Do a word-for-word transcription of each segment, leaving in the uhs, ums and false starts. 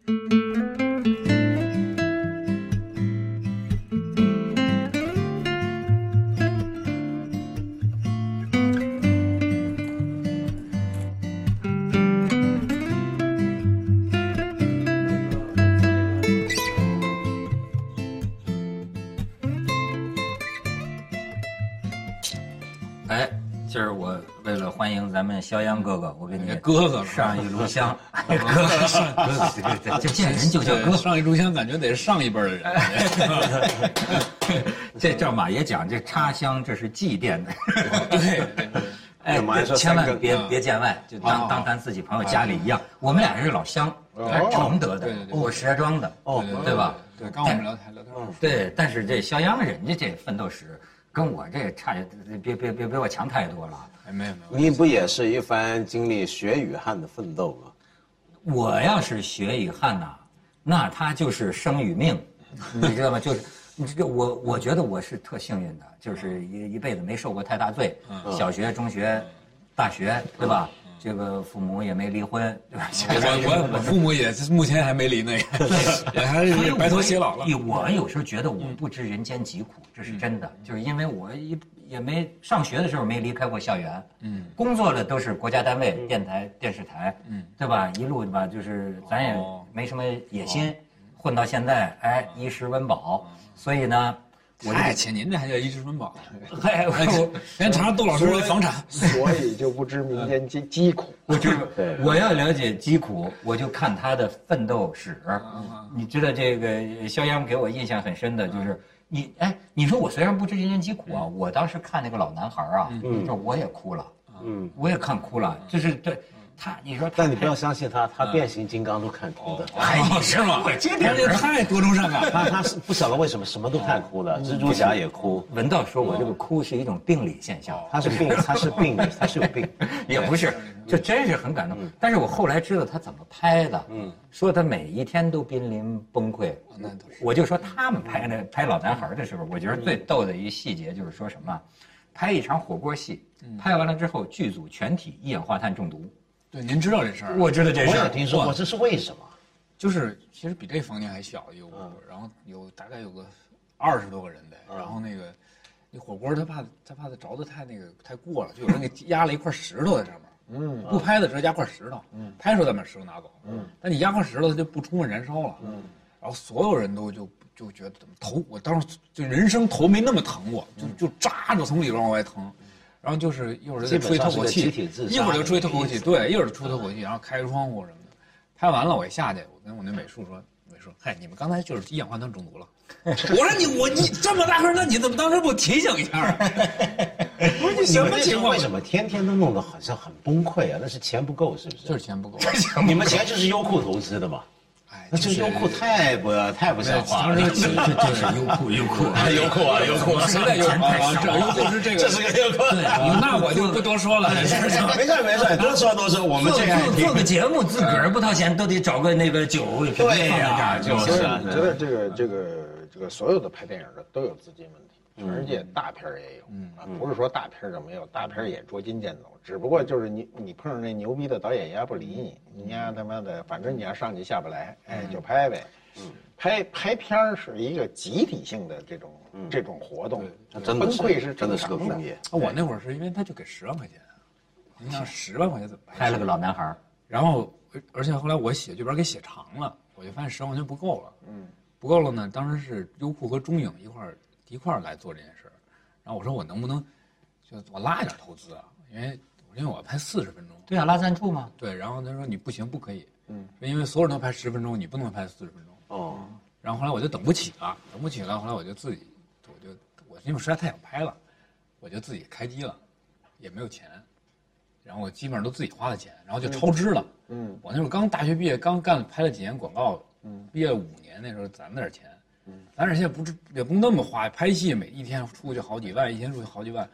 哎，今儿我为了欢迎咱们肖央哥哥，我给你哥哥上一炉香。哥哥，哥哥，这这见人就叫哥。 上一炷香感觉得是上一辈的人。这照马爷讲，这插香这是祭奠的。 对。 哎，千万别别见外，就当当咱自己朋友家里一样。我们俩是老乡，承德的，我石家庄的，哦，对吧？ 对，刚我们聊天聊天。 对，但是这肖央人家这奋斗史。跟我这差别别别别我强太多了。 哎，没有没有， 你不也是一番经历血与汗的奋斗吗？ 我要是血与汗呐，那他就是生与命，你知道吗？就是你这个我我觉得我是特幸运的，就是一一辈子没受过太大罪，嗯、小学、中学、大学，对吧？嗯、这个父母也没离婚，对吧？ 我我父母也目前还没离呢，也还是白头偕老了。 我有时候觉得我不知人间疾苦。这是真的，就是因为我也也没上学的时候没离开过校园，嗯，工作的都是国家单位、嗯、电台、电视台，嗯，对吧？一路吧，就是咱也没什么野心，哦、混到现在，哎，衣食温饱，嗯、所以呢， 我哎，且您这还叫衣食温饱？嗨，先查查窦老师的房产， 所以就不知民间疾疾苦。 我知道，我要了解疾苦，我就看他的奋斗史。嗯、你知道这个肖央给我印象很深的就是。嗯你哎，你说我虽然不知人间疾苦啊，我当时看那个老男孩啊，嗯，这我也哭了，嗯，我也看哭了，就是对他，你说， 但你不要相信他，他变形金刚都看哭的， 哎，是吗？我这点人太多愁善感， 他他是不晓得为什么什么都看哭了，蜘蛛侠也哭。 文道说我这个哭是一种病理现象， 他是病，他是病，他是有病， 也不是，这真是很感动。但是我后来知道他怎么拍的，嗯，说他每一天都濒临崩溃。 那都是， 我就说他们拍那拍老男孩的时候，我觉得最逗的一细节就是说什么，拍一场火锅戏，拍完了之后剧组全体一氧化碳中毒。 对，您知道这事儿？ 我知道这事儿， 我也听说过，这是为什么？ 就是其实比这房间还小一个屋，然后有大概有个二十多个人得，然后那个那火锅他怕他怕他着的太那个太过了，就有人给压了一块石头在上面。嗯，不拍的时候压块石头，嗯，拍的时候再把石头拿走，嗯，但你压块石头它就不充分燃烧了，嗯，然后所有人都就就觉得怎么头，我当时就人生头没那么疼过，就就扎着从里边往外疼。然后就是一会儿就吹透口气，一会儿就吹透口气，对，一会儿就吹透口气，然后开窗户什么的。拍完了我一下去，我跟我那美术说，美术，嗨，你们刚才就是一氧化碳中毒了。我说你我你这么大个，那你怎么当时不提醒一下？ 不是你什么情况？为什么天天都弄得好像很崩溃啊？那是钱不够是不是？ 就是钱不够。 你们钱就是优酷投资的嘛？那这优酷太不太不像话了， 这这是优酷优酷啊优酷啊优酷， 现在优酷啊，这优酷是这个， 这是个优酷。 对， 那我就不多说了， 没事没事，多说多说，我们这个做个节目自个儿不掏钱，都得找个那个酒对呀，就是。 你觉得这个这个这个所有的拍电影的都有资金问题？全世界大片也有，嗯啊，不是说大片就没有，大片也捉襟见肘，只不过就是你你碰上那牛逼的导演丫不理你，你丫他妈的，反正你要上去下不来，哎，就拍呗。嗯，拍拍片是一个集体性的这种这种活动， 真的崩溃是真的是个工业。 我那会儿是因为他就给十万块钱，你想十万块钱怎么拍了个老男孩？ 然后而且后来我写剧本给写长了，我就发现十万块钱不够了，嗯，不够了呢。当时是优酷和中影一块儿。一块儿来做这件事，然后我说我能不能，就我拉一点投资啊？因为因为我要拍四十分钟。 对啊，拉赞助嘛。 对，然后他说你不行，不可以，嗯，因为所有人都拍十分钟，你不能拍四十分钟。哦。然后后来我就等不起了，等不起了，后来我就自己，我就我因为实在太想拍了，我就自己开机了，也没有钱，然后我基本上都自己花的钱，然后就超支了。嗯。我那会儿刚大学毕业，刚干拍了几年广告，嗯，毕业五年那时候攒了点钱。嗯，咱这现在不是也不那么花，拍戏每一天出去好几万，一天出去好几万，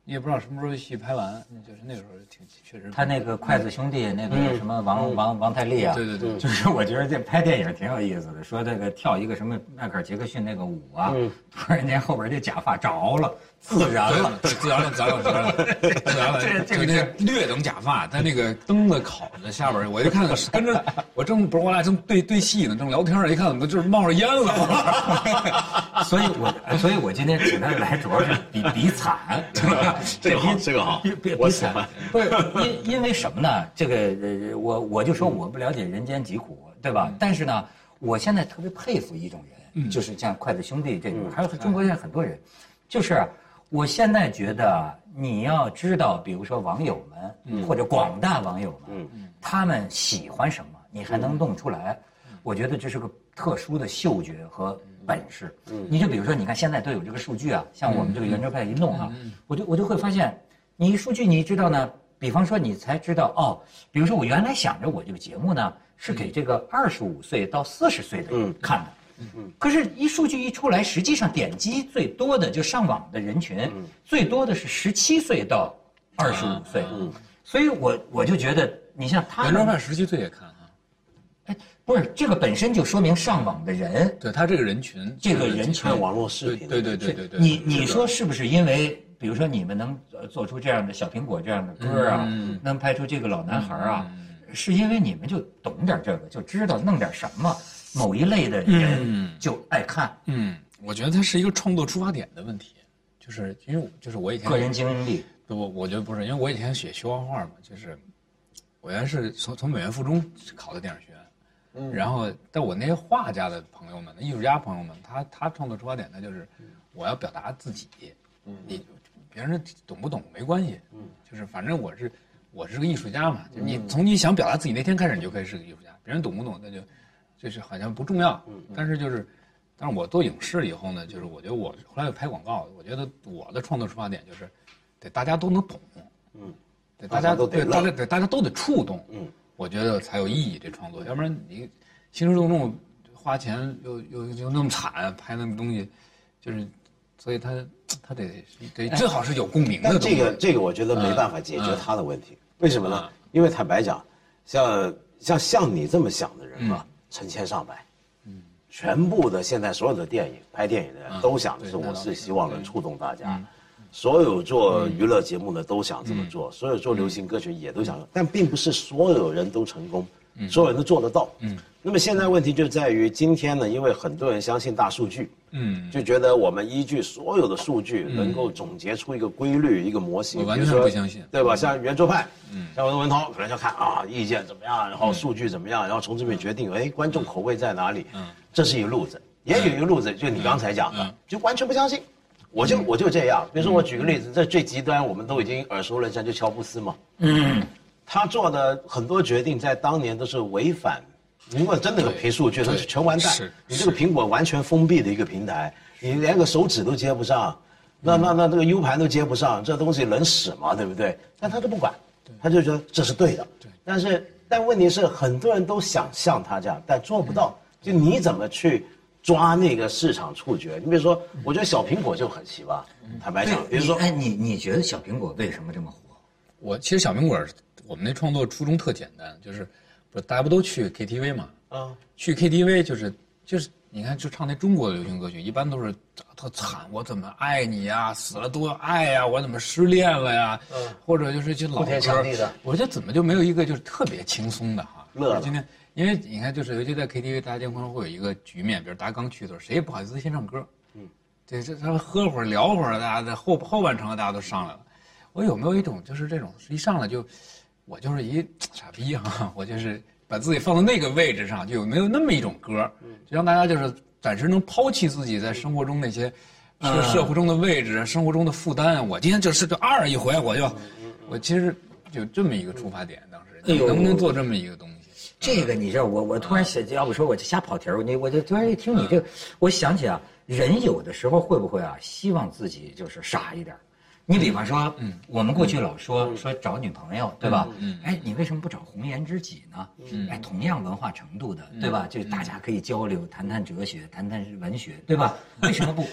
你也不知道什么时候戏拍完，就是那个时候挺确实。 他那个筷子兄弟那个什么王王王太利啊， 对对对， 就是我觉得这拍电影挺有意思的，说这个跳一个什么迈克尔杰克逊那个舞啊，突然间后边这假发着了，自燃了， 自燃了，自燃了，自燃了，自燃了。这这个那略等假发，在那个灯的烤的下边，我就看跟着我正不是我俩正对对戏呢，正聊天呢，一看怎么就是冒着烟了。 所以我所以我今天请他来，主要是比比惨。 这个好，这个好， 比比比惨，不是因因为什么呢？这个呃，我我就说我不了解人间疾苦，对吧？但是呢，我现在特别佩服一种人，就是像筷子兄弟这种，还有中国现在很多人，就是我现在觉得你要知道，比如说网友们或者广大网友们，他们喜欢什么，你还能弄出来，我觉得这是个特殊的嗅觉和本事。你就比如说，你看现在都有这个数据啊，像我们这个圆桌派一弄啊，我就我就会发现，你数据你知道呢，比方说你才知道哦，比如说我原来想着我这个节目呢是给这个二十五岁到四十岁的人看的，可是一数据一出来，实际上点击最多的就上网的人群，最多的是十七岁到二十五岁，所以我我就觉得你像他圆桌派十七岁也看。 不是这个本身就说明上网的人， 对他这个人群， 这个人群看网络视频， 对对对对对。 你你说是不是因为，比如说你们能做出这样的小苹果这样的歌啊，能拍出这个老男孩啊，是因为你们就懂点这个，就知道弄点什么，某一类的人就爱看。 嗯，我觉得它是一个创作出发点的问题，就是因为就是我以前个人经历， 不，我我觉得不是，因为我以前学学画画嘛，就是我原来是从从美院附中考的电影学院。嗯，然后，但我那些画家的朋友们、艺术家朋友们，他他创作出发点呢，就是我要表达自己，嗯，你别人懂不懂没关系，嗯，就是反正我是我是个艺术家嘛，就你从你想表达自己那天开始，你就可以是个艺术家，别人懂不懂那就就是好像不重要，嗯，但是就是，但是我做影视以后呢，就是我觉得我后来又拍广告，我觉得我的创作出发点就是得大家都能懂，嗯，得大家都得大家得大家都得触动，嗯。我觉得才有意义，这创作，要不然你兴师动众花钱又又又那么惨，拍那么东西，就是，所以他他得得最好是有共鸣的。 但这个这个我觉得没办法解决他的问题，为什么呢？因为坦白讲，像像像你这么想的人啊，成千上百，嗯，全部的现在所有的电影拍电影的人都想的是，我是希望能触动大家。所有做娱乐节目的都想这么做，嗯、所有做流行歌曲也都想，嗯、但并不是所有人都成功，嗯、所有人都做得到。嗯，那么现在问题就在于今天呢，因为很多人相信大数据，嗯，就觉得我们依据所有的数据能够总结出一个规律、嗯、一个模型。 我完全不相信， 对吧？像圆桌派，嗯，像文文涛可能就看啊意见怎么样，然后数据怎么样，然后从这边决定，哎，观众口味在哪里？嗯，这是一个路子，也有一个路子，就你刚才讲的，就完全不相信。我就我就这样，比如说我举个例子，这最极端我们都已经耳熟能详，就乔布斯嘛，嗯，他做的很多决定在当年都是违反，如果真的有凭数据，那是全完蛋。你这个苹果完全封闭的一个平台，你连个手指都接不上，那那那这个 U 盘都接不上，这东西能使吗？对不对？但他都不管，他就觉得这是对的。对，但是但问题是很多人都想像他这样，但做不到。就你怎么去抓那个市场触觉？你比如说，我觉得小苹果就很奇葩。坦白讲，比如说， 哎，你你觉得小苹果为什么这么火？ 我其实小苹果，我们那创作初衷特简单，就是不大家不都去 K T V 嘛？啊，去 K T V 就是就是你看，就唱那中国的流行歌曲，一般都是特惨，我怎么爱你呀，死了都要爱呀，我怎么失恋了呀？嗯，或者就是这老歌，我觉得怎么就没有一个就是特别轻松的哈？乐今天。因为你看，就是尤其在 K T V 大家经常会有一个局面，比如大家刚去的时候，谁也不好意思先唱歌，嗯，对，这他们喝会儿聊会儿，大家在后后半程大家都上来了。我有没有一种就是这种一上来就，我就是一傻逼哈，我就是把自己放到那个位置上，就有没有那么一种歌，就让大家就是暂时能抛弃自己在生活中那些，社社会中的位置、生活中的负担。我今天就是就二一回，我就，我其实就这么一个出发点，当时你能不能做这么一个东西？ 这个你知道，我我突然想，要不说我就瞎跑题儿，你我就突然一听你这个，我想起啊，人有的时候会不会啊，希望自己就是傻一点？你比方说，嗯，我们过去老说说找女朋友，对吧？嗯，哎，你为什么不找红颜知己呢？嗯，哎，同样文化程度的，对吧？就大家可以交流，谈谈哲学，谈谈文学，对吧？为什么不？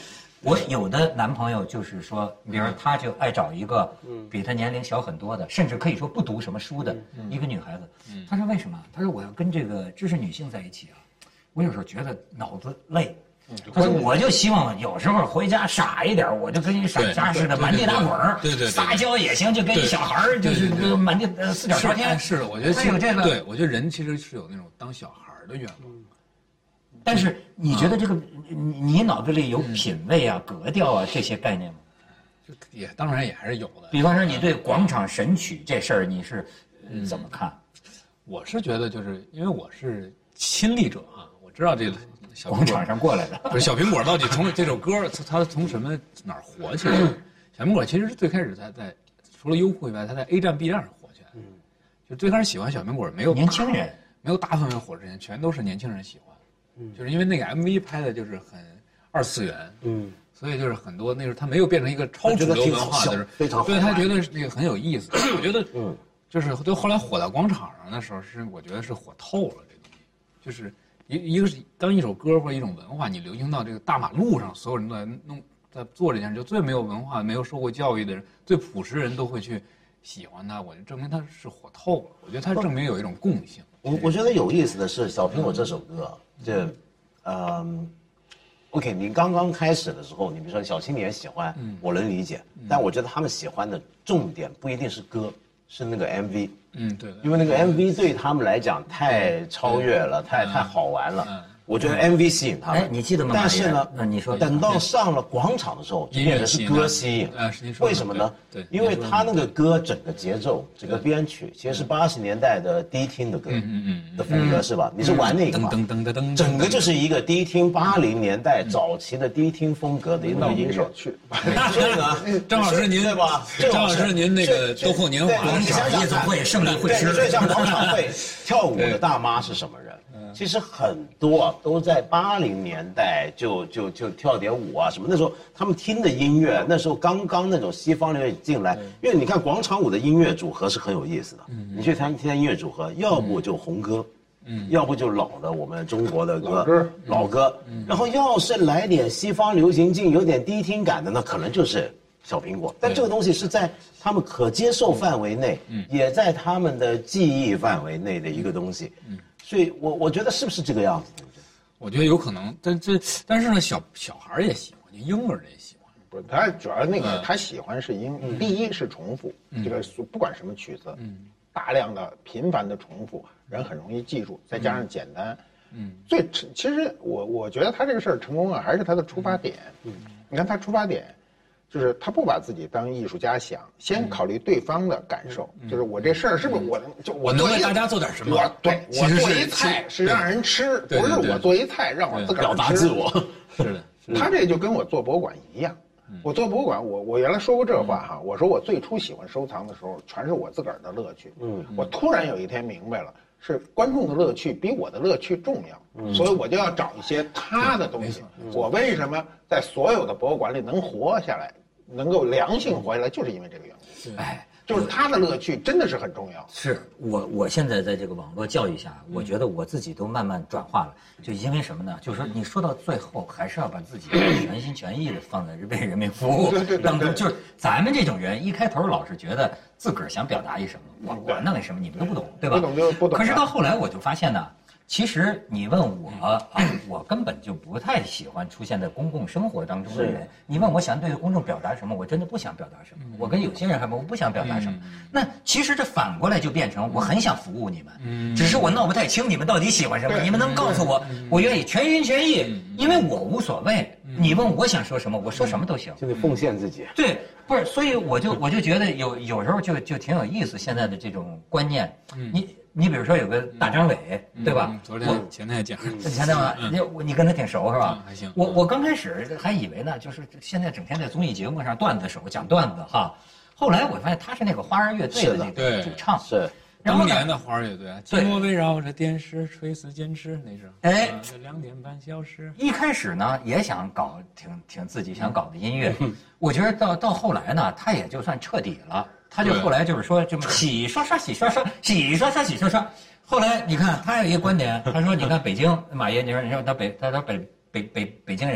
我有的男朋友就是说，比如他就爱找一个比他年龄小很多的，甚至可以说不读什么书的一个女孩子。他说为什么？他说我要跟这个知识女性在一起啊，我有时候觉得脑子累。他说我就希望有时候回家傻一点，我就跟一傻叉似的满地打滚儿， 对对， 撒娇也行，就跟一小孩儿就是满地四脚朝天。 是，我觉得他有这个。 对，我觉得人其实是有那种当小孩的愿望。 但是你觉得这个你你脑子里有品味啊、格调啊这些概念吗？ 就也当然也还是有的。 比方说你对广场神曲这事儿你是怎么看？ 我是觉得就是因为我是亲历者啊，我知道这个。 广场上过来的， 不是小苹果到底从这首歌它从什么哪儿火起来的？小苹果其实是最开始它在除了优酷以外，它在 A 站 B 站上火起来的。就最开始喜欢小苹果没有年轻人， 没有大范围火之前，全都是年轻人喜欢。就是因为那个 M V 拍的就是很二次元，嗯，所以就是很多那时候它没有变成一个超主流文化的， 非常， 所以他觉得那个很有意思。我觉得，嗯，就是就后来火到广场上的时候，是我觉得是火透了这东西，就是。一一个是当一首歌或者一种文化，你流行到这个大马路上，所有人都在弄在做这件事，就最没有文化、没有受过教育的人，最朴实人都会去喜欢它。我就证明它是火透了。我觉得它证明有一种共性。 我我觉得有意思的是，《小苹果》这首歌，这，嗯 ，OK， 你刚刚开始的时候，你比如说小青年喜欢，我能理解，但我觉得他们喜欢的重点不一定是歌，是那个 M V。 嗯，对， 因为那个 M V 对他们来讲太超越了，太太好玩了。我觉得 M V 吸引他们。 哎，你记得吗？ 但是呢， 你说等到上了广场的时候，就变成是歌吸引。为什么呢？ 对， 因为他那个歌整个节奏、整个编曲，其实是八十年代的迪厅的歌，嗯嗯的风格是吧？你是玩那个嘛？噔噔噔噔，整个就是一个迪厅八零年代早期的迪厅风格的一种音乐。 去， 所以呢， 张老师您对吧？ 张老师您那个都后年华广场夜总会胜利会师， 最像广场会跳舞的大妈是什么人？其实很多啊，都在八零年代就就就跳点舞啊什么。那时候他们听的音乐，那时候刚刚那种西方音乐进来，因为你看广场舞的音乐组合是很有意思的。你去听听音乐组合，要不就红歌，嗯，要不就老的我们中国的歌， 老歌， 老歌。然后要是来点西方流行劲，有点低听感的，那可能就是小苹果。但这个东西是在他们可接受范围内，也在他们的记忆范围内的一个东西。所以我我觉得是不是这个样子？ 我觉得有可能，但这但是呢，小小孩也喜欢，婴儿也喜欢。 不是，他主要那个他喜欢是因第一是重复，这个不管什么曲子，大量的频繁的重复，人很容易记住，再加上简单，嗯，最其实我我觉得他这个事儿成功啊，还是他的出发点。嗯，你看他出发点。就是他不把自己当艺术家想，先考虑对方的感受。嗯、就是我这事儿是不是我能就我能为大家做点什么？ 我对我做一菜是让人吃，不是我做一菜让我自个儿表达自我。 是的， 他这就跟我做博物馆一样。我做博物馆，我我原来说过这话哈，我说我最初喜欢收藏的时候，全是我自个儿的乐趣。嗯，我突然有一天明白了。是观众的乐趣比我的乐趣重要，嗯、所以我就要找一些他的东西。我为什么在所有的博物馆里能活下来，能够良性活下来，就是因为这个缘故。哎，就是他的乐趣真的是很重要。 是我我现在在这个网络教育下，我觉得我自己都慢慢转化了，就因为什么呢？就是说你说到最后，还是要把自己全心全意的放在为人民服务当中。就是咱们这种人，一开头老是觉得自个儿想表达一什么，我我弄一什么，你们都不懂，对吧？ 不懂就不懂。 可是到后来我就发现呢，其实你问我啊，我根本就不太喜欢出现在公共生活当中的人。你问我想对公众表达什么，我真的不想表达什么。我跟有些人还不我不想表达什么。那其实这反过来就变成我很想服务你们，只是我闹不太清你们到底喜欢什么。你们能告诉我，我愿意全心全意，因为我无所谓。你问我想说什么，我说什么都行。 就得奉献自己。 对，不是，所以我就我就觉得有有时候就就挺有意思，现在的这种观念，你。你比如说有个大张伟，对吧？ 昨天前天讲， 前天嘛，你你跟他挺熟是吧？ 还行。 我我刚开始还以为呢，就是现在整天在综艺节目上段子手讲段子哈。后来我发现他是那个花儿乐队的这个主唱， 是当年的花儿乐队，寂寞围绕着电视垂死坚持那是。哎，两点半小时。 一开始呢也想搞挺挺自己想搞的音乐，我觉得到到后来呢，他也就算彻底了。他就后来就是说这么洗刷刷洗刷刷洗刷刷洗刷刷，后来你看他有一个观点，他说你看北京马爷，你说你说他北他说北北北北京人，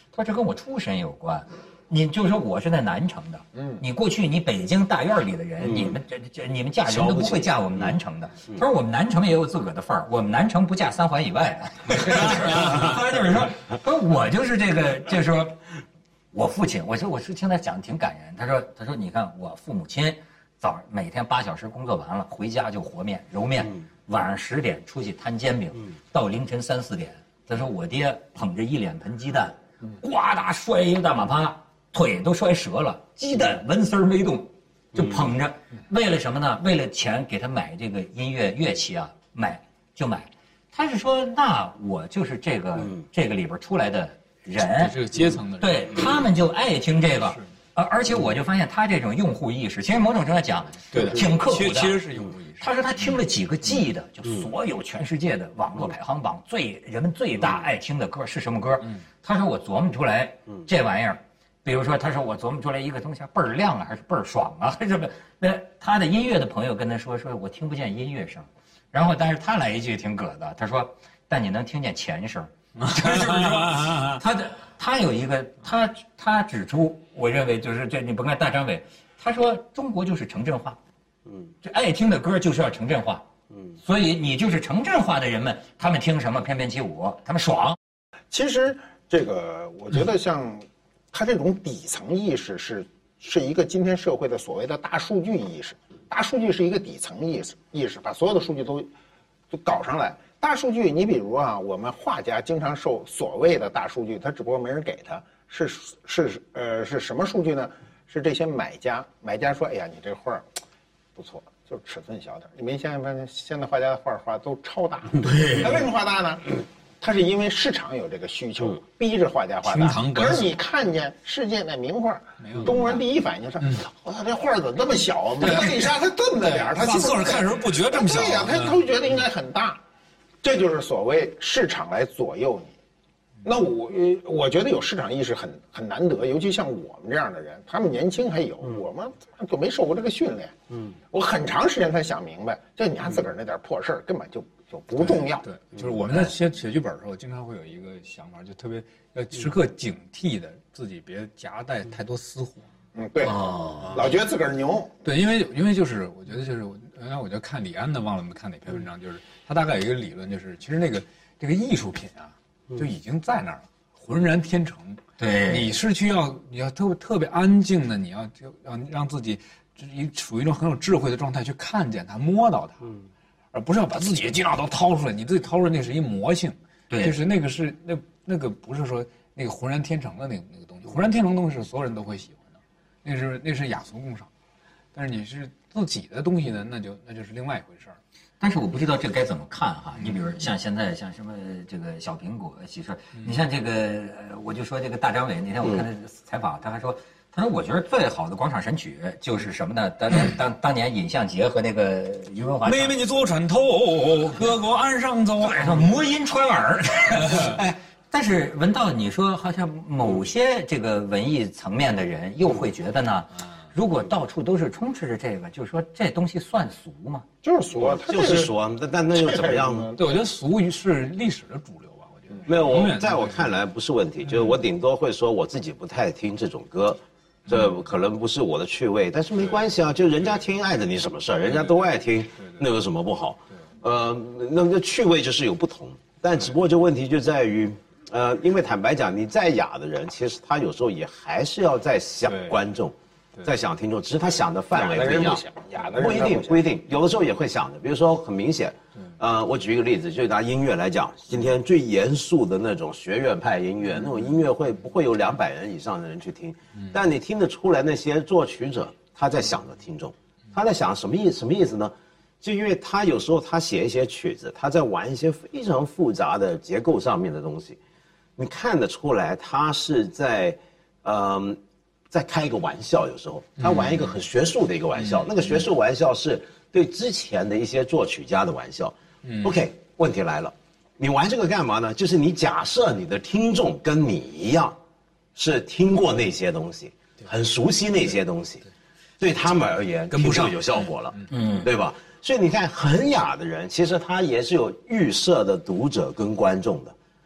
他说这跟我出身有关。你就是说我是在南城的，嗯，你过去你北京大院里的人，嗯、你们这这你们嫁人都不会嫁我们南城的。嗯、他说我们南城也有自个儿的范儿，我们南城不嫁三环以外的。他就是说，他说我就是这个，就是说，我父亲，我说我是听他讲挺感人。他说他说你看我父母亲，早上每天八小时工作完了回家就和面揉面，嗯、晚上十点出去摊煎饼，嗯、到凌晨三四点。他说我爹捧着一脸盆鸡蛋，呱嗒摔一个大马趴。腿都摔折了，鸡蛋纹丝儿没动，就捧着，为了什么呢？为了钱给他买这个音乐乐器啊，买就买。他是说，那我就是这个、嗯、这个里边出来的人， 这个阶层的人， 对他们就爱听这个。而而且我就发现他这种用户意识，其实某种程度上讲， 对的， 挺刻苦的。 其实是用户意识。 他说他听了几个 G 的，就所有全世界的网络排行榜最人们最大爱听的歌是什么歌？他说我琢磨出来，这玩意儿。比如说，他说我琢磨出来一个东西倍儿亮啊，还是倍儿爽啊，还是什么？那他的音乐的朋友跟他说，说我听不见音乐声，然后但是他来一句挺葛的，他说，但你能听见钱声。就是说，他的他有一个他他指出，我认为就是这你甭看大张伟，他说中国就是城镇化，嗯，这爱听的歌就是要城镇化，嗯，所以你就是城镇化的人们，他们听什么翩翩起舞，他们爽。 其实这个我觉得像。嗯他这种底层意识是是一个今天社会的所谓的大数据意识，大数据是一个底层意识意识，把所有的数据都都搞上来。大数据，你比如啊，我们画家经常受所谓的大数据，他只不过没人给他，是是呃是什么数据呢？是这些买家，买家说，哎呀，你这画不错，就是尺寸小点。你没现在现在画家的画画都超大，对，他为什么画大呢？他是因为市场有这个需求，嗯、逼着画家画大。可是你看见世界那名画，中国人第一反应就是：我操、嗯，这画怎么这么小啊？蒙娜丽莎它这么点儿，他画册上看的时候不觉得这么小、啊。 对呀、啊，他他会觉得应该很大。这就是所谓市场来左右你。那我我觉得有市场意识很很难得，尤其像我们这样的人，他们年轻还有，嗯、我们就没受过这个训练。嗯，我很长时间才想明白，就你家自个儿那点破事儿根本就。就不重要。 对，对就是我们在写写剧本的时候，经常会有一个想法，就特别要时刻警惕的自己别夹带太多私货。 嗯，对，哦、老觉得自个儿牛。 对，因为因为就是我觉得就是我原来我就看李安的，忘了看哪篇文章，就是他大概有一个理论，就是其实那个这个艺术品啊，就已经在那儿了，浑然天成。 对， 你是需要你要特别特别安静的，你要就要让自己一处于一种很有智慧的状态去看见它，摸到它。嗯。而不是要把自己的技能都掏出来，你自己掏出来那是一魔性， 对， 就是那个是那那个不是说那个浑然天成的那个那个东西，浑然天成的东西是所有人都会喜欢的，那是那是雅俗共赏，但是你是自己的东西呢，那就那就是另外一回事儿。 但是我不知道这该怎么看哈，你比如像现在像什么这个小苹果喜事，你像这个呃，我就说这个大张伟那天我看他采访，他还说。他说：“我觉得最好的广场神曲就是什么呢？当当当当年尹相杰和那个于文华， 妹妹你坐船头，哥哥岸上走， 哎，说魔音传耳。哎，但是文道，你说好像某些这个文艺层面的人又会觉得呢，如果到处都是充斥着这个，就是说这东西算俗吗？ 就是俗啊， 就是俗啊，但但那又怎么样呢？ 对，我觉得俗是历史的主流吧，我觉得没有，我在我看来不是问题，就是我顶多会说我自己不太听这种歌。”这可能不是我的趣味，但是没关系啊，就人家听碍着你什么事儿，人家都爱听，那有什么不好？呃，那个趣味就是有不同，但只不过这问题就在于，呃，因为坦白讲，你再雅的人，其实他有时候也还是要在想观众，在想听众，只是他想的范围不一样， 雅的人不一定不一定，有的时候也会想的，比如说很明显。呃，我举一个例子，就拿音乐来讲，今天最严肃的那种学院派音乐，那种音乐会不会有两百人以上的人去听，但你听得出来那些作曲者他在想着听众，他在想什么意什么意思呢？就因为他有时候他写一些曲子，他在玩一些非常复杂的结构上面的东西，你看得出来他是在，嗯、呃，在开一个玩笑，有时候他玩一个很学术的一个玩笑，那个学术玩笑是对之前的一些作曲家的玩笑。嗯 OK， 问题来了，你玩这个干嘛呢？就是你假设你的听众跟你一样，是听过那些东西，很熟悉那些东西，对他们而言跟不上有效果了，嗯，对吧？所以你看，很雅的人，其实他也是有预设的读者跟观众的。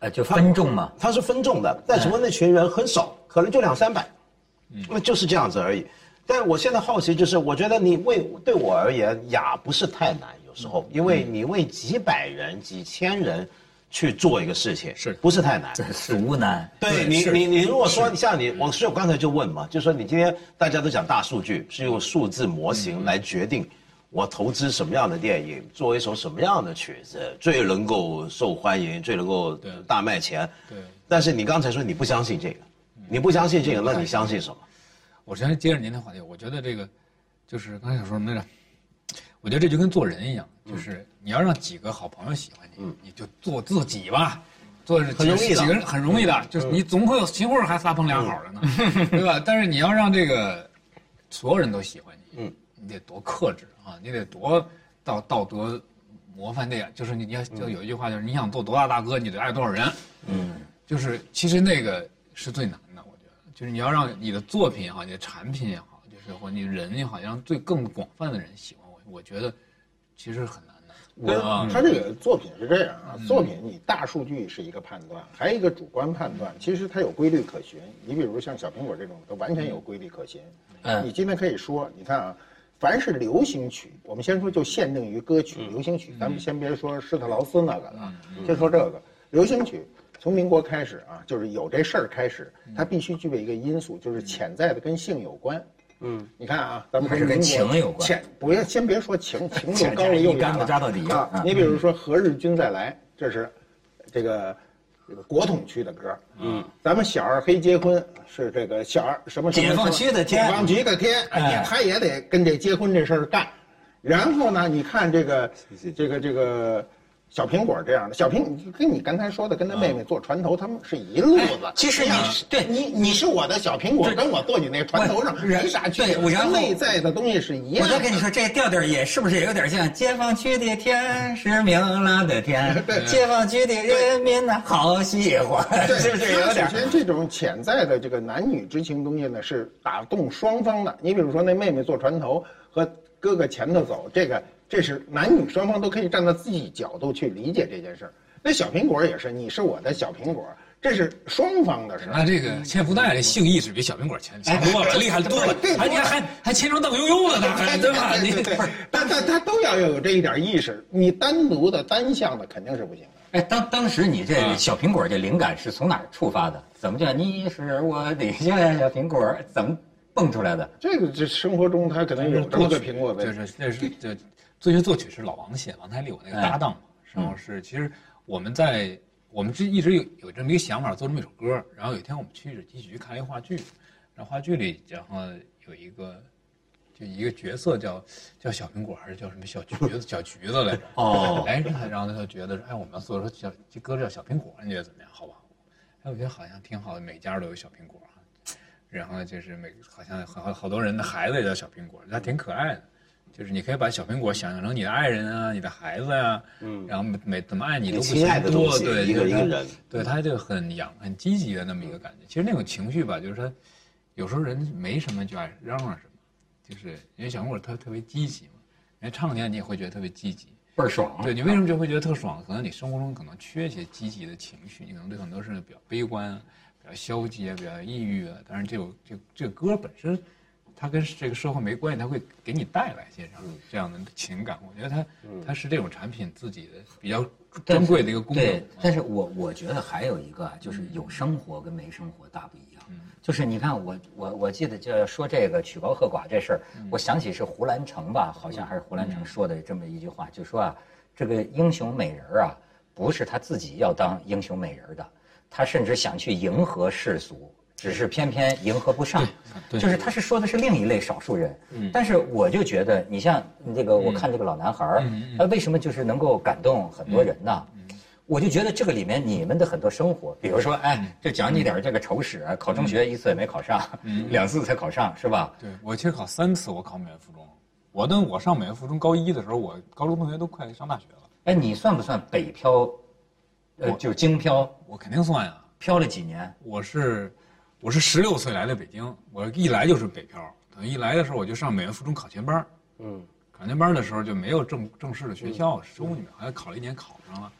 呃，就分众嘛， 它是分众的，但什么那群人很少，可能就两三百，那就是这样子而已。但我现在好奇就是，我觉得你为对我而言雅不是太难，有时候，因为你为几百人、几千人去做一个事情， 是不是太难？ 孰难？ 对你，你你如果说像你，我所以我刚才就问嘛，就是说你今天大家都讲大数据，是用数字模型来决定我投资什么样的电影，做一首什么样的曲子最能够受欢迎，最能够大卖钱。 对。 但是你刚才说你不相信这个，你不相信这个，那你相信什么？ 我先接着您的话题，我觉得这个就是刚才想说什么来着？我觉得这就跟做人一样，就是你要让几个好朋友喜欢你，嗯、你就做自己吧，做很容易的， 几个人很容易的，就是你总会有秦桧还仨碰俩好的呢，嗯、对吧？但是你要让这个所有人都喜欢你，嗯，你得多克制啊，你得多道道德模范这样，就是你你要就有一句话就是你想做多大大哥，你得爱多少人，嗯，就是其实那个是最难的，我觉得，就是你要让你的作品也好，你的产品也好，就是或你人也好，让最更广泛的人喜欢我，我觉得其实很难的。 我他这个作品是这样啊，作品你大数据是一个判断，还有一个主观判断，其实它有规律可循。你比如像小苹果这种，都完全有规律可循。嗯，你今天可以说，你看啊，凡是流行曲，我们先说就限定于歌曲流行曲，咱们先别说施特劳斯那个了，先说这个流行曲。从民国开始啊，就是有这事儿开始，它必须具备一个因素，就是潜在的跟性有关。嗯，你看啊，咱们还是跟情有关。 潜不要先别说情，情就高了又远了， 扎到底啊。你比如说《何日君再来》，这是这个这个国统区的歌。嗯，咱们小二黑结婚是这个小二什么什么解放区的天， 解放区的天，哎，他也得跟这结婚这事儿干。然后呢，你看这个这个这个。小苹果这样的小苹，跟你刚才说的，跟他妹妹坐船头，他们是一路子。 其实你对你你是我的小苹果，跟我坐你那船头上没啥区别。 然后内在的东西是一样。 我再跟你说，这调调也是不是也有点像解放区的天是明朗的天，解放区的人民呢好喜欢，是不是有点？ 首先，这种潜在的这个男女之情东西呢，是打动双方的。你比如说，那妹妹坐船头和哥哥前头走，这个。这是男女双方都可以站在自己角度去理解这件事儿。那小苹果也是，你是我的小苹果，这是双方的事。 那这个千福袋的性意识比小苹果强强多了，厉害多了，还你还还牵成邓悠悠了呢，还对吧？你但但他都要有这一点意识，你单独的单向的肯定是不行的。 哎，当当时你这小苹果这灵感是从哪儿触发的？怎么叫你是我的小苹果？怎么蹦出来的？ 这个这生活中他可能有这么个苹果呗。 就是这是这。作曲作曲是老王写，王太利我那个搭档嘛，然后是其实我们在我们这一直有有这么一个想法做这么一首歌，然后有一天我们去日基局看一个话剧，然后话剧里然后有一个就一个角色叫叫小苹果还是叫什么小橘子小橘子来着哦，哎然后他就觉得哎我们要做说小这歌叫小苹果，你觉得怎么样？好不好？哎我觉得好像挺好的，每家都有小苹果，然后就是每好像好好多人的孩子也叫小苹果，它挺可爱的。就是你可以把小苹果想象成你的爱人啊，你的孩子呀、啊，嗯，然后每每怎么爱你都不嫌多，对， 一个一个人， 对他就很养很积极的那么一个感觉。其实那种情绪吧，就是他有时候人没什么就爱嚷嚷什么，就是因为小苹果他特别积极嘛，人家唱起来你也会觉得特别积极， 倍儿爽。 对你为什么就会觉得特爽？可能你生活中可能缺一些积极的情绪，你可能对很多事比较悲观啊，比较消极啊，比较抑郁啊。但是这首这这个歌本身。它跟这个社会没关系，它会给你带来些这样的情感。我觉得它，它是这种产品自己的比较珍贵的一个功能。 对，但是我我觉得还有一个就是有生活跟没生活大不一样。就是你看我我我记得就说这个曲高和寡这事儿，我想起是胡兰成吧，好像还是胡兰成说的这么一句话，就说啊，这个英雄美人啊，不是他自己要当英雄美人的，他甚至想去迎合世俗。只是偏偏迎合不上，就是他是说的是另一类少数人，嗯，但是我就觉得你像这个，我看这个老男孩，他为什么就是能够感动很多人呢？我就觉得这个里面你们的很多生活，比如说，哎，就讲你点这个丑史，考中学一次也没考上，两次才考上，是吧？ 对，我其实考三次，我考美院附中，我等我上美院附中高一的时候，我高中同学都快上大学了。 哎，你算不算北漂？呃，就京漂？ 我肯定算呀。 漂了几年？ 我是。我是十六岁来的北京，我一来就是北漂，等一来的时候我就上美院附中考前班，嗯，考前班的时候就没有正正式的学校收你们，好像考了一年考上了，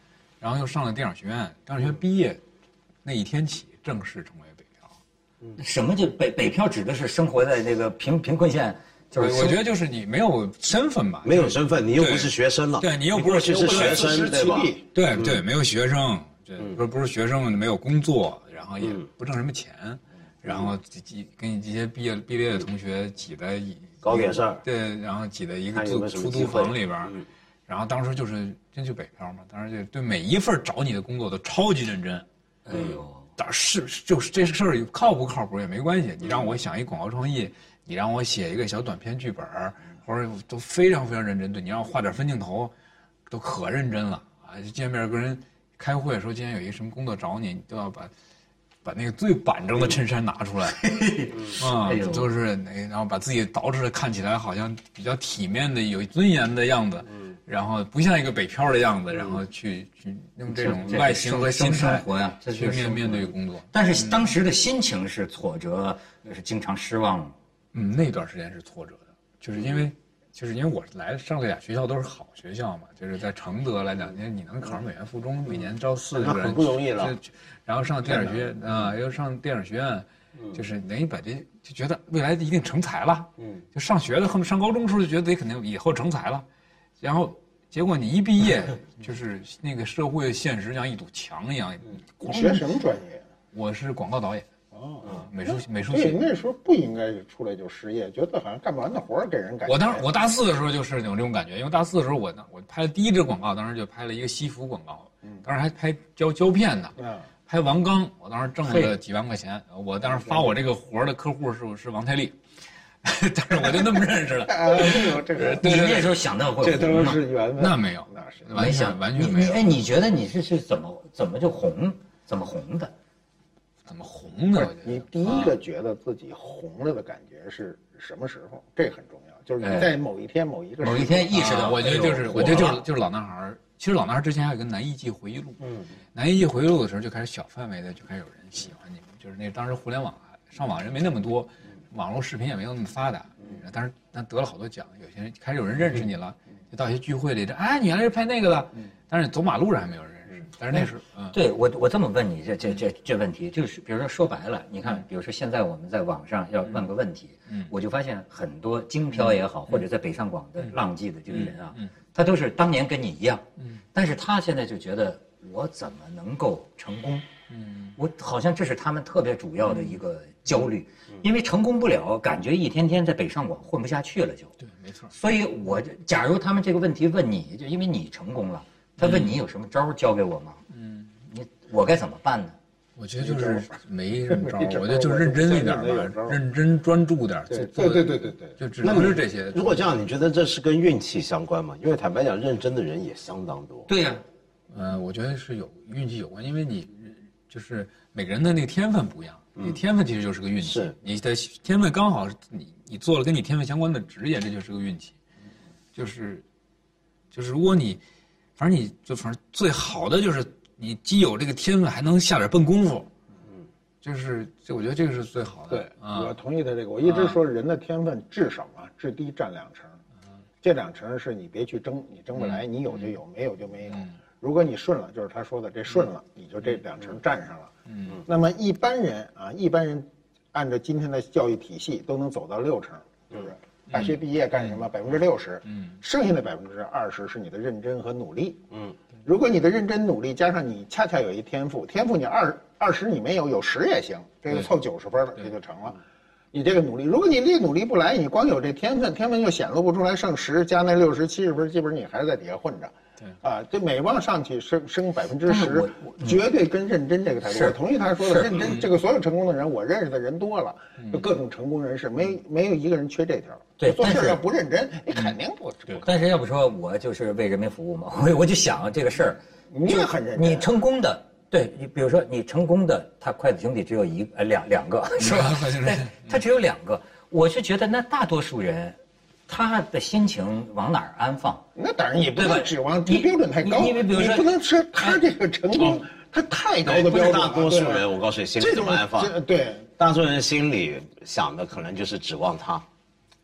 然后又上了电影学院，电影学院毕业那一天起正式成为北漂。 嗯，什么就北北漂指的是生活在那个贫贫困县，就是我觉得就是你没有身份吧， 没有身份，你又不是学生了， 对你又不是是学生，对吧？ 对对，没有学生，对，不是不是学生，没有工作，然后也不挣什么钱，然后挤跟你这些毕业毕业的同学挤在搞点事儿， 对，然后挤在一个住出租房里边，然后当时就是真就北漂嘛，当时就对每一份找你的工作都超级认真。 哎呦， 但是就是这事儿靠不靠谱也没关系，你让我想一广告创意，你让我写一个小短片剧本，或者都非常非常认真。对，你让我画点分镜头，都可认真了啊！见面跟人开会说今天有一个什么工作找你，你都要把把那个最板正的衬衫拿出来，啊、嗯，都是那，然后把自己捯饬的看起来好像比较体面的、有尊严的样子，嗯，然后不像一个北漂的样子，然后去去用这种外形和心态活呀， 去面面对工作。 但是当时的心情是挫折，是经常失望。 嗯，那段时间是挫折的，就是因为。就是因为我来上这俩学校都是好学校嘛，就是在承德来讲，因为你能考上美院附中，每年招四个人， 很不容易了。 然后上电影学院啊，又上电影学院，就是等于把这就觉得未来一定成才了。嗯，就上学的，上高中时候就觉得自己肯定以后成才了，然后结果你一毕业，就是那个社会现实像一堵墙一样。 你学什么专业？ 我是广告导演。哦，美术美术系。 对， 那时候不应该出来就失业，觉得好像干不完的活儿给人感觉。 我当时我大四的时候就是有这种感觉，因为大四的时候我我拍了第一支广告，当时就拍了一个西服广告，嗯，当时还拍胶胶片呢，嗯，拍王刚，我当时挣了几万块钱，我当时发我这个活儿的客户是是王太利，但是我就那么认识了。 哎呦，这个你那时候想到会这都是缘分？ 那没有， 那是完全完全没有。 哎，你觉得你是是怎么怎么就红？怎么红的？ 怎么红的？ 你第一个觉得自己红了的感觉是什么时候？这很重要，就是你在某一天、某一个某一天意识到。 我觉得就是，我觉得就是就是老男孩。其实老男孩之前还有个南艺记回忆录，嗯，南艺记回忆录的时候就开始小范围的就开始有人喜欢你们，就是那当时互联网上网人没那么多，网络视频也没有那么发达，但是但得了好多奖，有些人开始有人认识你了，就到一些聚会里，这哎你原来是拍那个的，但是走马路上还没有人。但是那时候，嗯， 对我我这么问你这这这这问题，就是比如说说白了，你看，比如说现在我们在网上要问个问题，嗯，我就发现很多京漂也好，或者在北上广的浪迹的这个人啊，嗯，他都是当年跟你一样，嗯，但是他现在就觉得我怎么能够成功，嗯，我好像这是他们特别主要的一个焦虑，因为成功不了，感觉一天天在北上广混不下去了就， 对，没错。 所以我假如他们这个问题问你，就因为你成功了。他问你有什么招教给我吗？嗯，你我该怎么办呢？ 我觉得就是没什么招，我觉得就认真一点吧，认真专注点。 对对对对对对， 就只能是这些。 如果这样，你觉得这是跟运气相关吗？因为坦白讲，认真的人也相当多。 对呀， 嗯，我觉得是有运气有关，因为你就是每个人的那个天分不一样，你天分其实就是个运气。 是你的天分刚好你你做了跟你天分相关的职业，这就是个运气。就是就是如果你。反正你就反正最好的就是你既有这个天分，还能下点笨功夫，嗯，就是这我觉得这个是最好的。 对，啊、我同意他这个。我一直说人的天分至少啊，至低占两成，嗯、这两成是你别去争，你争不来，嗯、你有就有，没有就没有。嗯、如果你顺了，就是他说的这顺了，嗯、你就这两成占上了。嗯，那么一般人啊，一般人按照今天的教育体系都能走到六成，就是。大学毕业干什么？百分之六十，嗯，剩下的百分之二十是你的认真和努力，嗯，如果你的认真努力加上你恰恰有一天赋，天赋你二二十你没有，有十也行，这个凑九十分了，这就成了。你这个努力，如果你这努力不来，你光有这天分，天分又显露不出来，剩十加那六十七十分，基本上你还是在底下混着。对啊，这每往上去升升百分之十，绝对跟认真这个态度。我同意他说的，认真这个所有成功的人，我认识的人多了，就各种成功人士，没没有一个人缺这条。 对， 做事要不认真，你肯定不。 但是要不说我就是为人民服务嘛，我我就想这个事儿， 你也很认真。 你成功的，对你比如说你成功的，他筷子兄弟只有一呃两两个是吧？对，他只有两个。我是觉得那大多数人。他的心情往哪儿安放？ 那当然也不能指望低标准太高， 因为比如说你不能说他这个成功，他太高的标准。 大多数人，我告诉你，心里怎么安放？ 对， 大多数人心里想的可能就是指望他，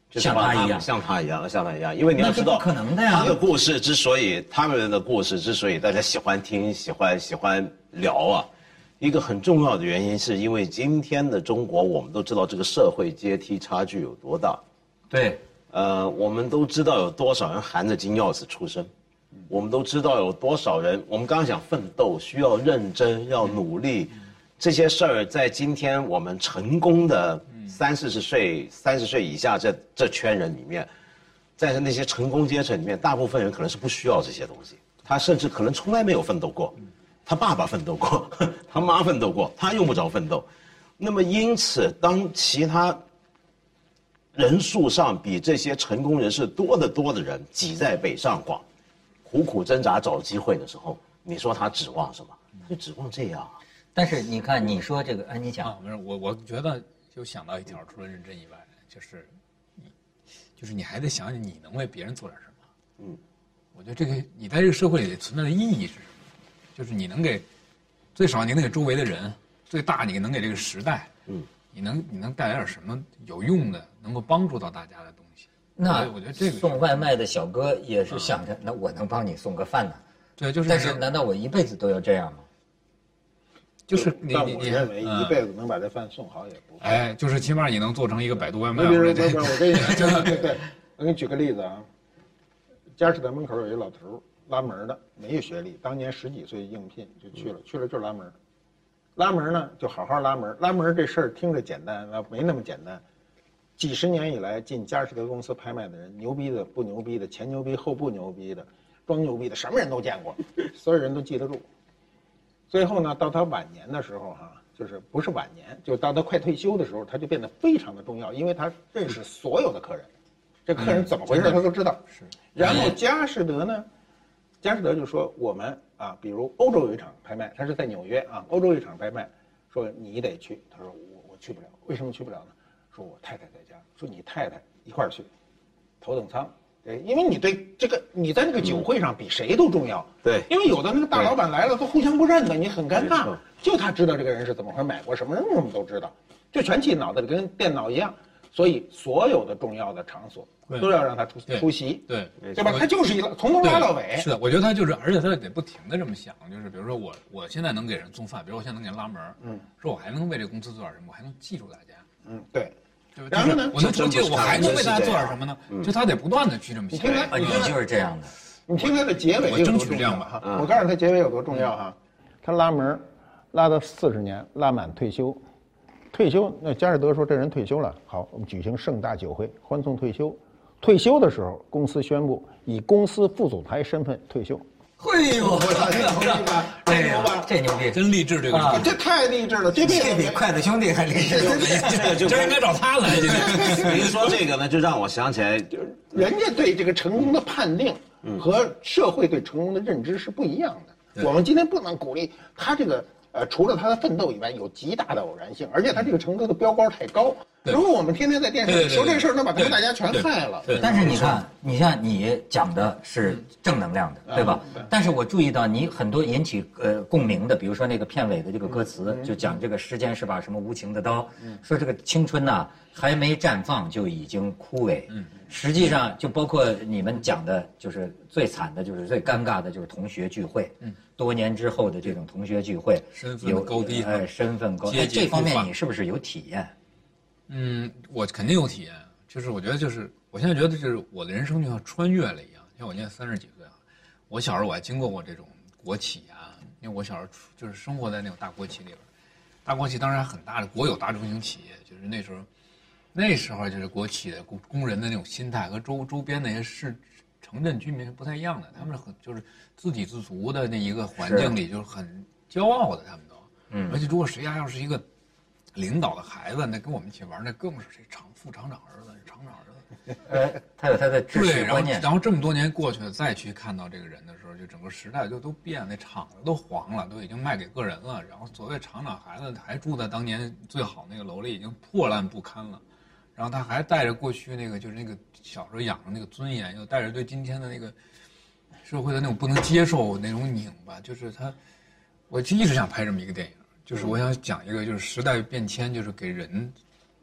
像他一样， 像他一样，像他一样，因为你要知道， 不可能的呀。 他的故事之所以，他们的故事之所以大家喜欢听、喜欢喜欢聊啊，一个很重要的原因是因为今天的中国，我们都知道这个社会阶梯差距有多大。 对， 呃，我们都知道有多少人含着金钥匙出生，我们都知道有多少人，我们刚刚讲奋斗需要认真、要努力，这些事儿在今天我们成功的。三四十岁、三十岁以下这这圈人里面，在那些成功阶层里面，大部分人可能是不需要这些东西，他甚至可能从来没有奋斗过，他爸爸奋斗过，他妈奋斗过，他用不着奋斗。那么因此，当其他人数上比这些成功人士多得多的人挤在北上广，苦苦挣扎找机会的时候，你说他指望什么？就指望这样啊。 但是你看，你说这个，哎，你讲， 啊，没事，我我觉得。就想到一条，除了认真以外，就是你，就是你还得想想你能为别人做点什么。嗯，我觉得这个你在这个社会里存在的意义是什么？就是你能给，最少你能给周围的人，最大你能给这个时代，嗯，你能你能带来点什么有用的，能够帮助到大家的东西。 那我觉得这个送外卖的小哥也是想着，那我能帮你送个饭呢？ 对，就是。 但是难道我一辈子都要这样吗？ 就是你， 但我认为一辈子能把这饭送好也不。 哎，就是起码你能做成一个百度外卖。 比如，不是，我给你，对对对，我给你举个例子啊。佳士得门口有一老头拉门的，没有学历，当年十几岁应聘就去了，去了就是拉门。拉门呢，就好好拉门。拉门这事儿听着简单，那没那么简单。几十年以来进佳士得公司拍卖的人，牛逼的、不牛逼的，前牛逼后不牛逼的，装牛逼的，什么人都见过，所有人都记得住。最后呢，到他晚年的时候哈、啊，就是不是晚年，就到他快退休的时候，他就变得非常的重要，因为他认识所有的客人，这客人怎么回事他都知道。是。然后佳士得呢，佳士得就说我们啊，比如欧洲有一场拍卖，他是在纽约啊，欧洲有一场拍卖，说你得去，他说我我去不了，为什么去不了呢？说我太太在家，说你太太一块儿去，头等舱。对，因为你对这个你在那个酒会上比谁都重要。 对， 因为有的那个大老板来了都互相不认的，你很尴尬。就他知道这个人是怎么回事，买过什么人，什么都知道，就全记脑子里，跟电脑一样。所以所有的重要的场所都要让他出出席， 对对吧？他就是一从头拉到尾。 是的，我觉得他就是，而且他得不停的这么想，就是比如说我我现在能给人送饭，比如我现在能给人拉门，嗯，说我还能为这个公司做点什么，我还能记住大家， 嗯，对。 然后呢？我能出去，我还能为大家做点什么呢？就他得不断的去这么想。 你就是这样的。 你听他的结尾， 我争取这样吧哈。我告诉他结尾有多重要哈。他拉门，拉到四十年，拉满退休。退休，那佳士得说这人退休了，好，我们举行盛大酒会欢送退休。退休的时候，公司宣布以公司副总裁身份退休。 嘿呦， 这牛逼吧？ 这牛吧？这牛逼， 真励志这个， 这太励志了，这比筷子兄弟还励志。 这就应该找他来。 您说这个呢，就让我想起来， 就是人家对这个成功的判定和社会对成功的认知是不一样的。我们今天不能鼓励他这个。呃，除了他的奋斗以外，有极大的偶然性，而且他这个成功的标杆太高。如果我们天天在电视里说这事儿，那把他们大家全害了。 但是你看，你像你讲的是正能量的，对吧？但是我注意到你很多引起呃共鸣的，比如说那个片尾的这个歌词，就讲这个时间是把什么无情的刀，说这个青春呐还没绽放就已经枯萎。实际上就包括你们讲的，就是最惨的，就是最尴尬的，就是同学聚会。多年之后的这种同学聚会， 身份高低， 哎，身份高低，这方面你是不是有体验？ 嗯，我肯定有体验。就是我觉得，就是我现在觉得，就是我的人生就像穿越了一样。像我现在三十几岁啊，我小时候我还经过过这种国企啊，因为我小时候就是生活在那种大国企里边。大国企当然很大的国有大中型企业，就是那时候，那时候就是国企的工工人的那种心态和周周边那些市城镇居民是不太一样的，他们是很就是自给自足的那一个环境里，就是很骄傲的，他们都。嗯。而且如果谁家要是一个领导的孩子，那跟我们一起玩，那更是这厂副厂长儿子，厂长儿子。 呃，他有他的知识观念。 然后，然后这么多年过去了，再去看到这个人的时候，就整个时代就都变了，那厂子都黄了，都已经卖给个人了。然后所谓厂长孩子还住在当年最好那个楼里，已经破烂不堪了。然后他还带着过去那个，就是那个小时候养的那个尊严，又带着对今天的那个社会的那种不能接受那种拧巴。就是他，我就一直想拍这么一个电影，就是我想讲一个，就是时代变迁，就是给人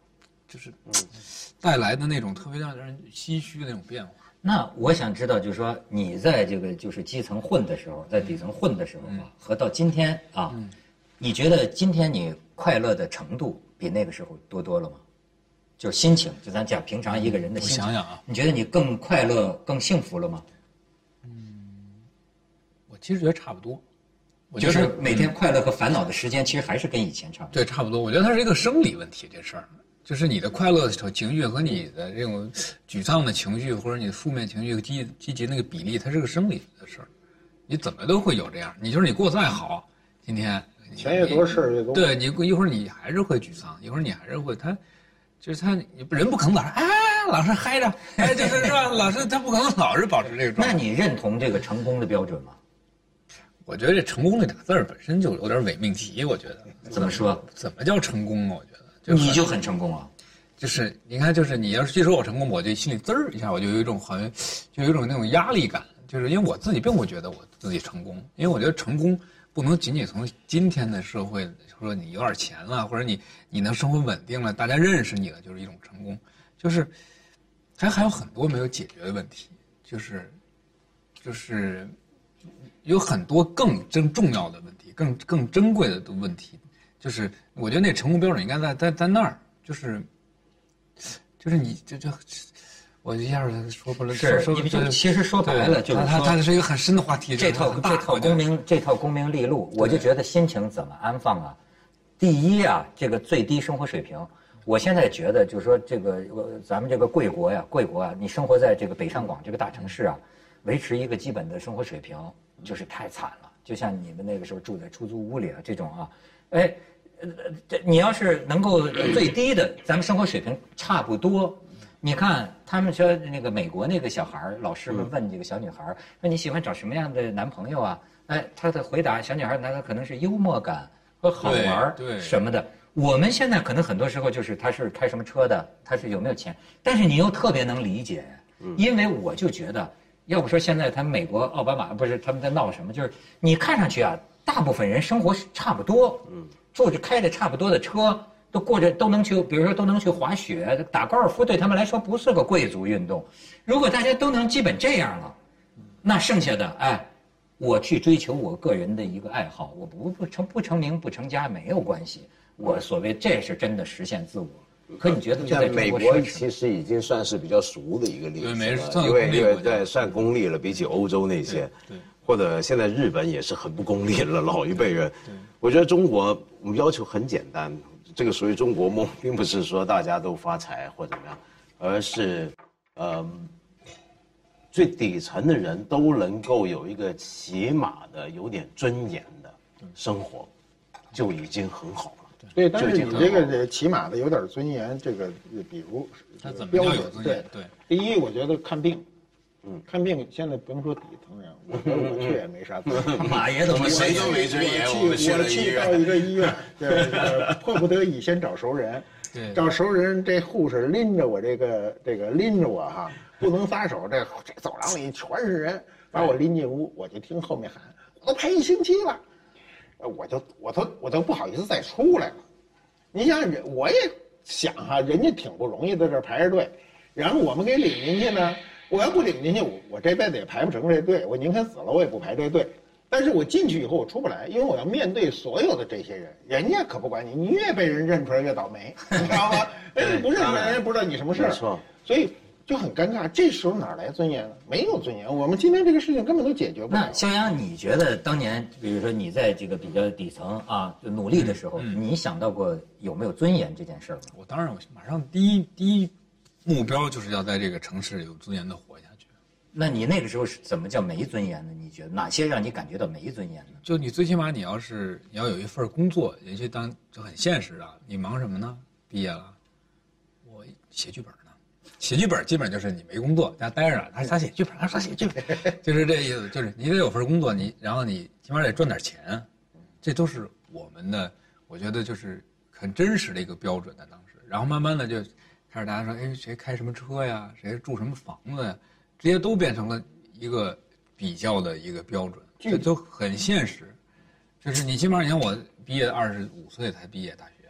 就是带来的那种特别让人唏嘘的那种变化。 那我想知道，就是说你在这个就是基层混的时候，在底层混的时候啊，嗯、和到今天啊，嗯、你觉得今天你快乐的程度比那个时候多多了吗？就是心情，就咱讲平常一个人的心情。 我想想啊， 你觉得你更快乐、更幸福了吗？ 嗯，我其实觉得差不多。我觉得就是每天快乐和烦恼的时间，其实还是跟以前差不多。 对，差不多。我觉得它是一个生理问题，这事儿。就是你的快乐情绪和你的这种沮丧的情绪，或者你的负面情绪和积积极那个比例，它是个生理的事儿。你怎么都会有这样。你就是你过再好，今天钱越多事儿越多。 对你一会儿你还是会沮丧，一会儿你还是会他，就是他人不可能老是哎老是嗨着，哎就是是吧？老是他不可能老是保持这个状态。 那你认同这个成功的标准吗？ 我觉得这成功这俩字儿本身就有点伪命题，我觉得。 怎么说？ 怎么叫成功啊？我觉得。 就你就很成功啊， 就是你看，就是你要是一说我成功，我就心里滋儿一下，我就有一种好像，就有一种那种压力感，就是因为我自己并不觉得我自己成功，因为我觉得成功不能仅仅从今天的社会说你有点钱了，或者你你能生活稳定了，大家认识你了，就是一种成功，就是还还有很多没有解决的问题，就是就是有很多更真重要的问题，更更珍贵的问题。就是我觉得那成功标准应该在在在那儿，就是就是你这这，我一下子说不了。 是，因为就其实说白了，就是它它是一个很深的话题。 这套这套功名这套功名利禄，我就觉得心情怎么安放啊？第一啊，这个最低生活水平，我现在觉得就是说这个咱们这个贵国呀，贵国啊，你生活在这个北上广这个大城市啊，维持一个基本的生活水平就是太惨了。就像你们那个时候住在出租屋里啊，这种啊。哎，呃，这你要是能够最低的，咱们生活水平差不多。你看他们说那个美国那个小孩，老师们问这个小女孩说你喜欢找什么样的男朋友啊？哎，她的回答，小女孩那可能是幽默感和好玩什么的。我们现在可能很多时候就是他是开什么车的，他是有没有钱，但是你又特别能理解，因为我就觉得，要不说现在他们美国奥巴马不是他们在闹什么，就是你看上去啊。大部分人生活差不多，嗯，住着开着差不多的车，都过着都能去，比如说都能去滑雪、打高尔夫，对他们来说不是个贵族运动。如果大家都能基本这样了，那剩下的，哎，我去追求我个人的一个爱好，我不不成不成名不成家没有关系，我所谓这是真的实现自我。可你觉得就在美国其实已经算是比较熟的一个例子了，因为因为对算功利了，比起欧洲那些。对。或者现在日本也是很不功利了，老一辈人。我觉得中国我们要求很简单，这个属于中国梦，并不是说大家都发财或怎么样，而是，呃，最底层的人都能够有一个起码的有点尊严的生活，就已经很好了。 对，但是你这个起码的有点尊严，这个比如标准，对对。第一，我觉得看病。嗯，看病现在不用说底层人，我觉得我去也没啥尊严。 马爷都没谁都没尊严。 我去，我去到一个医院，这个迫不得已先找熟人，找熟人，这护士拎着我这个这个拎着我哈，不能撒手，这这走廊里全是人，把我拎进屋，我就听后面喊，我都排一星期了，我就我都我都不好意思再出来了。你想人，我也想哈，人家挺不容易在这排着队，然后我们给领进去呢。我要不领进去，我我这辈子也排不成这队。我宁肯死了，我也不排这队。但是我进去以后，我出不来，因为我要面对所有的这些人，人家可不管你，你越被人认出来越倒霉，你知道吗？人家不认出来，人家不知道你什么事儿，所以就很尴尬。这时候哪来尊严呢？没有尊严。我们今天这个事情根本都解决不了。 那肖阳，你觉得当年，比如说你在这个比较底层啊努力的时候，嗯嗯、你想到过有没有尊严这件事吗？ 我当然，我马上第一第一。目标就是要在这个城市有尊严的活下去。 那你那个时候是怎么叫没尊严呢？你觉得哪些让你感觉到没尊严呢？ 就你最起码你要是你要有一份工作，也许当就很现实啊。你忙什么呢？毕业了，我写剧本呢。写剧本基本就是你没工作，在家待着，他他写剧本，他写剧本，就是这意思。就是你得有份工作，你然后你起码得赚点钱，这都是我们的，我觉得就是很真实的一个标准在当时。然后慢慢的就。开始大家说，哎，谁开什么车呀？谁住什么房子呀？这些都变成了一个比较的一个标准，这都很现实。就是你起码你看我毕业二十五岁才毕业大学，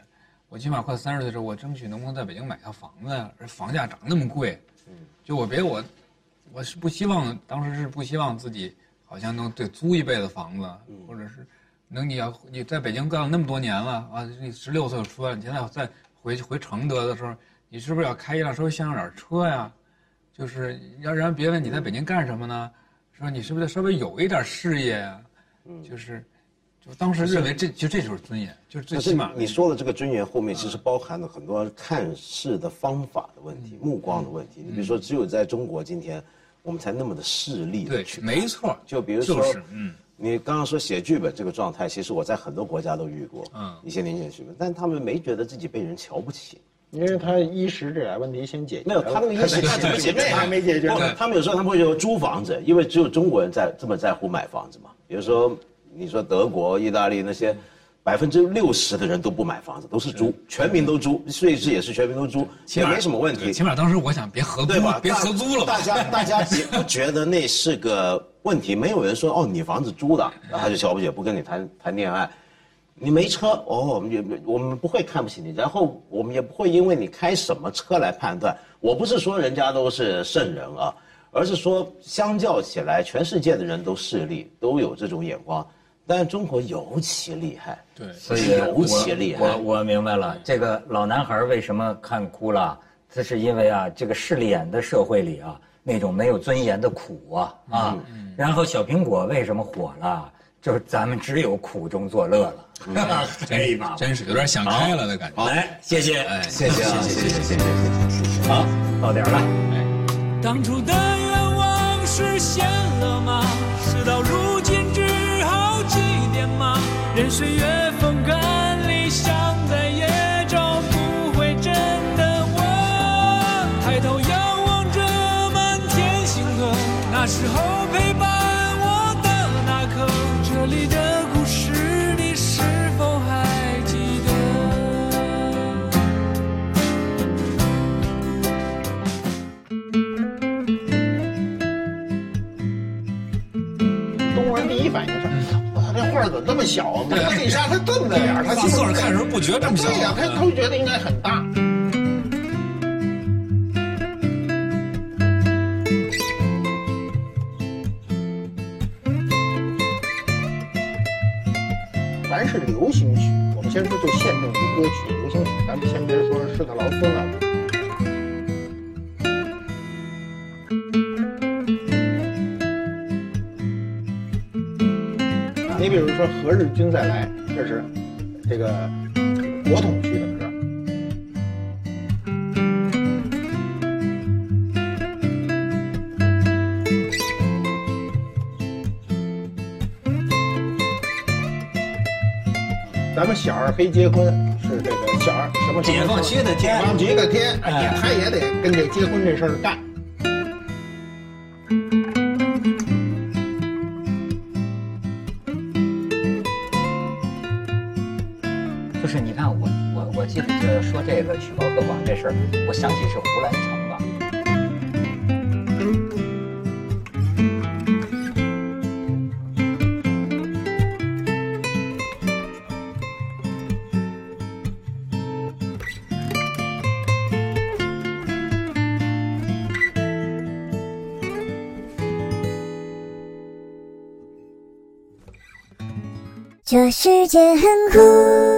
我起码快三十岁的时候，我争取能不能在北京买套房子呀？而房价涨那么贵，就我别我，我是不希望，当时是不希望自己好像能对租一辈子房子，或者是能你要你在北京干了那么多年了啊，你十六岁出来，你现在再回回承德的时候，你是不是要开一辆稍微像样点车呀？就是要让别问你在北京干什么呢？说你是不是稍微有一点事业呀？就是。就当时认为这就这就是尊严，就是最起码。 你说的这个尊严后面其实包含了很多看事的方法的问题、目光的问题。你比如说，只有在中国今天，我们才那么的势利的去。 对，没错。 就比如说， 就是嗯， 你刚刚说写剧本这个状态，其实我在很多国家都遇过，嗯，一些年轻人剧本，但他们没觉得自己被人瞧不起。 因为他衣食这俩问题先解决， 没有他那个衣食他怎么解决还没解决。 他们有时候他们会说租房子，因为只有中国人在这么在乎买房子嘛。比如说。你说德国、意大利那些，百分之六十的人都不买房子，都是租，全民都租，税制也是全民都租，也没什么问题。 起码当时我想别合租， 对吧？ 别合租了吧。 大家大家也不觉得那是个问题，没有人说哦你房子租的，然后他就瞧不起，不跟你谈谈恋爱。你没车哦，我们也我们不会看不起你，然后我们也不会因为你开什么车来判断。我不是说人家都是圣人啊，而是说相较起来，全世界的人都势利，都有这种眼光。但是中国尤其厉害， 对， 所以尤其厉害。 我我明白了，这个老男孩为什么看哭了？这是因为啊，这个势利眼的社会里啊，那种没有尊严的苦啊啊。嗯、然后小苹果为什么火了？就是咱们只有苦中作乐了。 这一把真是有点想开了的感觉。 来，谢谢， 哎， 谢谢啊，谢谢谢谢谢谢。好，到点了。哎， 当初的愿望实现了吗？事到如今只好祭奠吗？任岁月风干理想的夜，找不回真的我。抬头仰望着满天星河，那时候陪伴我的那刻，这里的故事你是否还记得？中国人第一反应是。这画怎么这么小啊？蒙娜丽莎它这么点儿，他从侧看的时候不觉得这么小。 对呀，他他会觉得应该很大。凡是流行曲，我们先说就限定于歌曲流行曲，咱们先别说施特劳斯了。你比如说《何日君再来》，这是这个国统区的歌。咱们小二黑结婚是这个小二什么解放区的天， 解放区的天，哎，他也得跟这结婚这事儿干。 就是你看我我我记得这说这个曲高和寡这事儿，我想起是胡兰成吧。 这世界很酷。